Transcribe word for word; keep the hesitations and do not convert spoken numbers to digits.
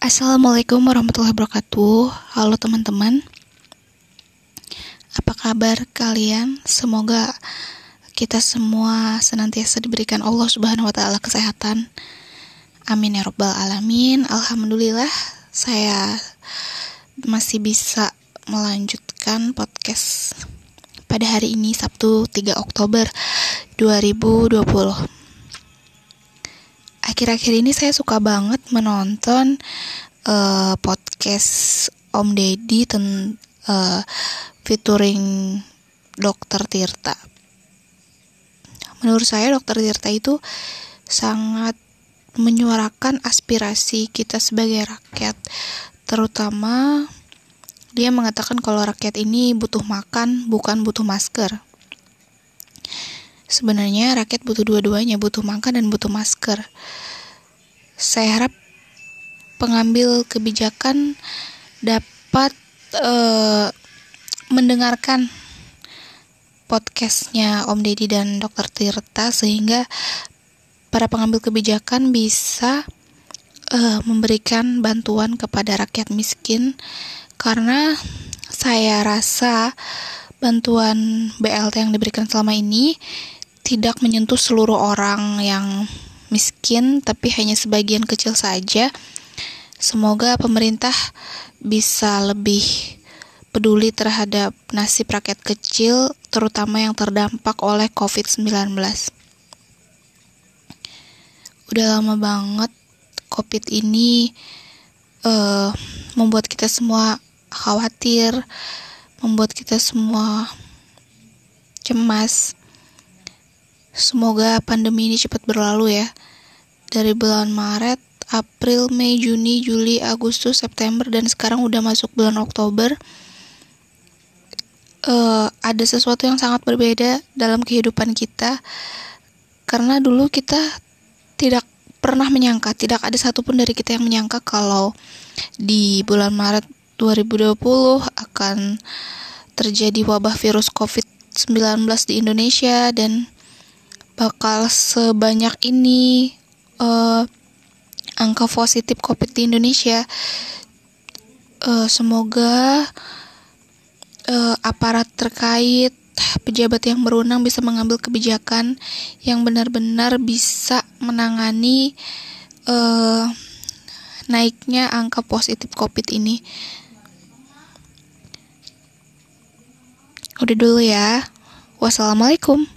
Assalamualaikum warahmatullahi wabarakatuh. Halo teman-teman, apa kabar kalian? Semoga kita semua senantiasa diberikan Allah Subhanahu wa Ta'ala kesehatan. Amin ya Rabbal Alamin. Alhamdulillah saya masih bisa melanjutkan podcast pada hari ini, Sabtu tiga Oktober dua ribu dua puluh. Akhir-akhir ini saya suka banget menonton uh, podcast Om Deddy ten, uh, featuring Dokter Tirta. Menurut saya Dokter Tirta itu sangat menyuarakan aspirasi kita sebagai rakyat. Terutama dia mengatakan kalau rakyat ini butuh makan, bukan butuh masker. Sebenarnya rakyat butuh dua-duanya, butuh makan dan butuh masker. Saya harap pengambil kebijakan dapat uh, mendengarkan podcastnya Om Deddy dan Dokter Tirta, sehingga para pengambil kebijakan bisa uh, memberikan bantuan kepada rakyat miskin. Karena saya rasa bantuan B L T yang diberikan selama ini tidak menyentuh seluruh orang yang miskin, tapi hanya sebagian kecil saja. Semoga pemerintah bisa lebih peduli terhadap nasib rakyat kecil, terutama yang terdampak oleh covid sembilan belas. Udah lama banget COVID ini uh, membuat kita semua khawatir, membuat kita semua cemas. Semoga pandemi ini cepat berlalu ya. Dari bulan Maret, April, Mei, Juni, Juli, Agustus, September, dan sekarang udah masuk bulan Oktober. Uh, ada sesuatu yang sangat berbeda dalam kehidupan kita. Karena dulu kita tidak pernah menyangka, tidak ada satupun dari kita yang menyangka kalau di bulan Maret dua ribu dua puluh akan terjadi wabah virus covid sembilan belas di Indonesia, dan bakal sebanyak ini uh, angka positif COVID di Indonesia. Uh, semoga uh, aparat terkait, pejabat yang berwenang bisa mengambil kebijakan yang benar-benar bisa menangani uh, naiknya angka positif COVID ini. Udah dulu ya. Wassalamualaikum.